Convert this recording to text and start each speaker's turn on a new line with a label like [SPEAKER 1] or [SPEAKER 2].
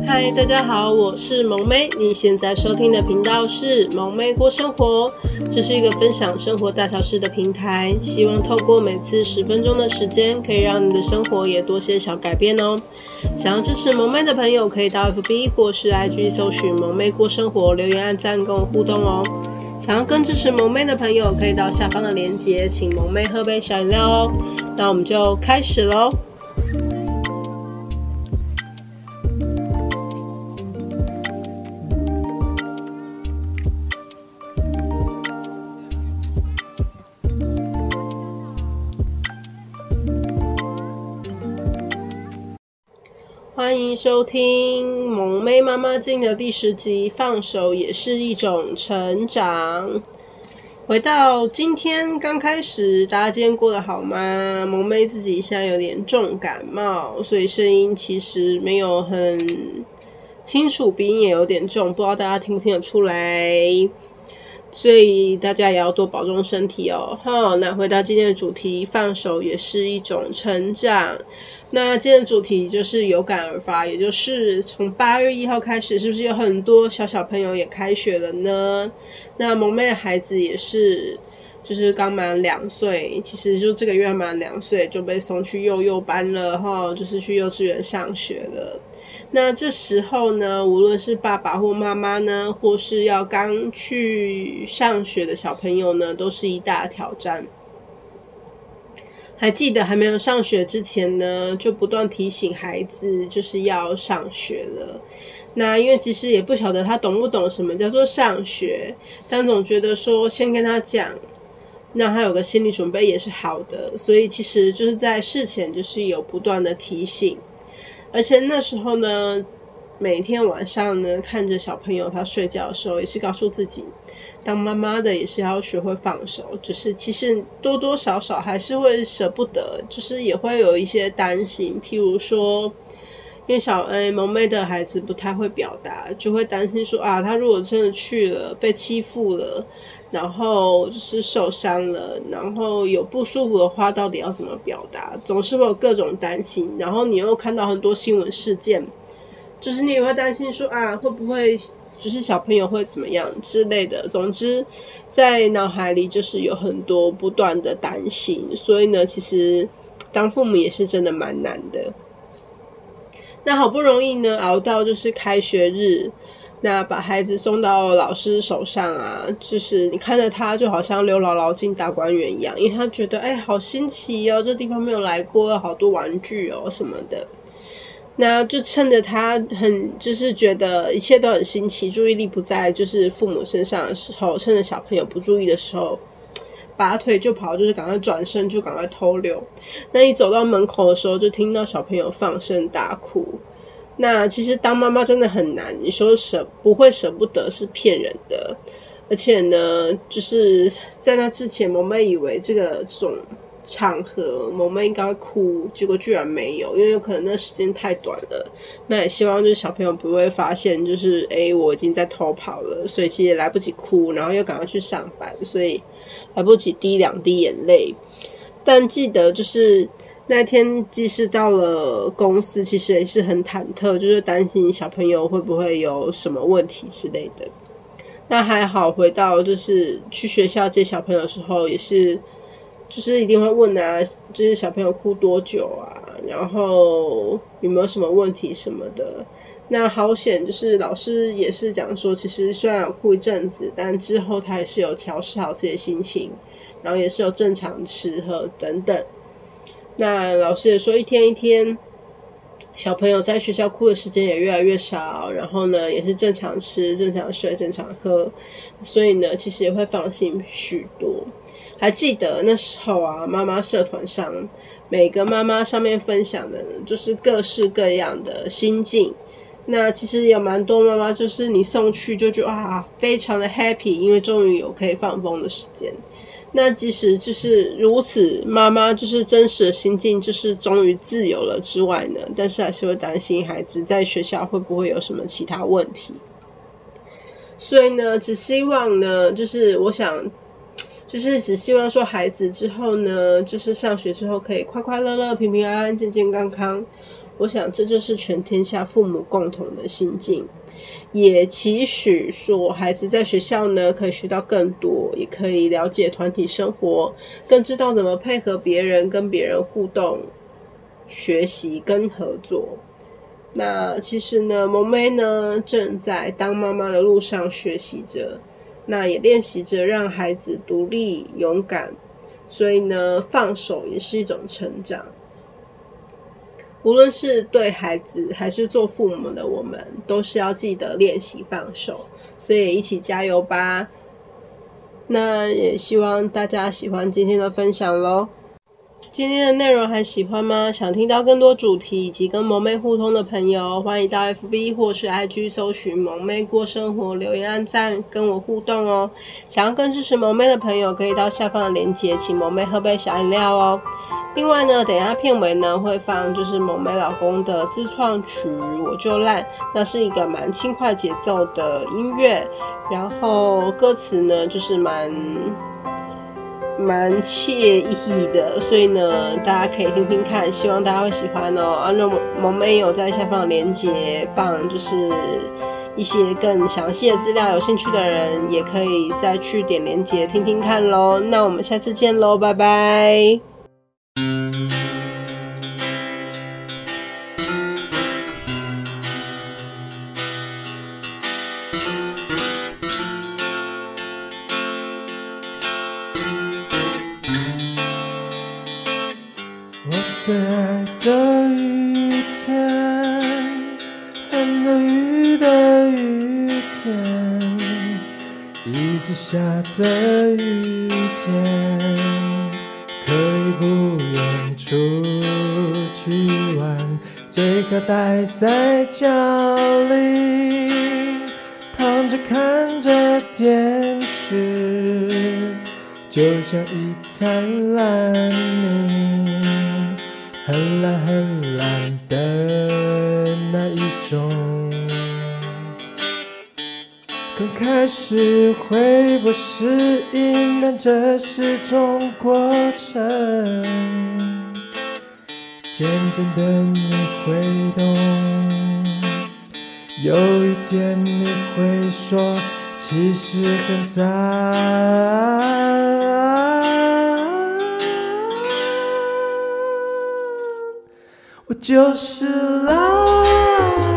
[SPEAKER 1] 嗨，大家好，我是萌妹，你现在收听的频道是萌妹过生活，这是一个分享生活大小事的平台，希望透过每次10分钟的时间，可以让你的生活也多些小改变哦。想要支持萌妹的朋友，可以到 FB 或是 IG 搜寻萌妹过生活，留言按赞跟我互动哦。想要更支持萌妹的朋友，可以到下方的链接，请萌妹喝杯小饮料哦。那我们就开始咯。欢迎收听萌妹妈妈经的第10集，放手也是一种成长。回到今天刚开始，大家今天过得好吗？萌妹自己现在有点重感冒，所以声音其实没有很清楚，鼻音也有点重，不知道大家听不听得出来，所以大家也要多保重身体哦。那回到今天的主题，放手也是一种成长。那今天的主题就是有感而发，也就是从8月1号开始，是不是有很多小朋友也开学了呢？那萌妹的孩子也是，就是刚满2岁，其实就这个月满2岁就被送去幼幼班了就是去幼稚园上学了。那这时候呢，无论是爸爸或妈妈呢，或是要刚去上学的小朋友呢，都是一大挑战。还记得还没有上学之前呢，就不断提醒孩子就是要上学了。那因为其实也不晓得他懂不懂什么叫做上学，但总觉得说先跟他讲，那他有个心理准备也是好的，所以其实就是在事前就是有不断的提醒。而且那时候呢，每天晚上呢，看着小朋友他睡觉的时候，也是告诉自己，当妈妈的也是要学会放手，就是其实多多少少还是会舍不得，就是也会有一些担心，譬如说，因为萌妹的孩子不太会表达，就会担心说他如果真的去了被欺负了，然后就是受伤了，然后有不舒服的话到底要怎么表达，总是会有各种担心。然后你又看到很多新闻事件，就是你也会担心说会不会就是小朋友会怎么样之类的，总之在脑海里就是有很多不断的担心，所以呢其实当父母也是真的蛮难的。那好不容易呢熬到就是开学日，那把孩子送到老师手上就是你看着他就好像刘姥姥进大观园一样，因为他觉得好新奇哦，这地方没有来过，好多玩具哦什么的。那就趁着他就是觉得一切都很新奇，注意力不在就是父母身上的时候，趁着小朋友不注意的时候，拔腿就跑，就是赶快转身就赶快偷溜。那一走到门口的时候，就听到小朋友放声大哭。那其实当妈妈真的很难，你说不会舍不得是骗人的。而且呢，就是在那之前，萌妹以为这种场合萌妹应该会哭，结果居然没有，因为有可能那时间太短了。那也希望就是小朋友不会发现就是我已经在偷跑了，所以其实也来不及哭，然后又赶快去上班，所以来不及滴2滴眼泪。但记得就是那天即使到了公司，其实也是很忐忑，就是担心小朋友会不会有什么问题之类的。那还好回到就是去学校接小朋友的时候，也是就是一定会问就是小朋友哭多久然后有没有什么问题什么的。那好险就是老师也是讲说，其实虽然有哭一阵子，但之后他也是有调试好自己的心情，然后也是有正常吃喝等等。那老师也说一天一天小朋友在学校哭的时间也越来越少，然后呢也是正常吃正常睡正常喝，所以呢其实也会放心许多。还记得那时候妈妈社团上每个妈妈上面分享的就是各式各样的心境。那其实有蛮多妈妈就是你送去就觉得非常的 happy， 因为终于有可以放风的时间。那即使就是如此，妈妈就是真实的心境就是终于自由了之外呢，但是还是会担心孩子在学校会不会有什么其他问题。所以呢只希望呢就是我想就是只希望说孩子之后呢就是上学之后可以快快乐乐平平安安健健康康。 我想这就是全天下父母共同的心境，也期许说孩子在学校呢可以学到更多，也可以了解团体生活，更知道怎么配合别人，跟别人互动、学习跟合作。那其实呢，萌妹呢正在当妈妈的路上学习着，那也练习着让孩子独立勇敢，所以呢，放手也是一种成长。无论是对孩子还是做父母的我们，都是要记得练习放手，所以一起加油吧。那也希望大家喜欢今天的分享咯。今天的内容还喜欢吗？想听到更多主题以及跟萌妹互通的朋友，欢迎到 FB 或是 IG 搜寻萌妹过生活，留言按赞跟我互动哦。想要更支持萌妹的朋友，可以到下方的链接请萌妹喝杯小饮料哦。另外呢，等一下片尾呢会放就是萌妹老公的自创曲我就烂，那是一个蛮轻快节奏的音乐，然后歌词呢就是蛮惬意的，所以呢大家可以听听看，希望大家会喜欢哦。那萌妹有在下方的连结放就是一些更详细的资料，有兴趣的人也可以再去点连结听听看咯。那我们下次见咯，拜拜。
[SPEAKER 2] 我最爱的雨天，很多雨的雨天，一直下的雨天，可以不用出去玩，最好待在家里，躺着看着电视，就像一滩烂泥，很蓝很蓝的那一种。刚开始会不适应，但这是种过程，渐渐的你会懂，有一天你会说其实很脏。我就是懒。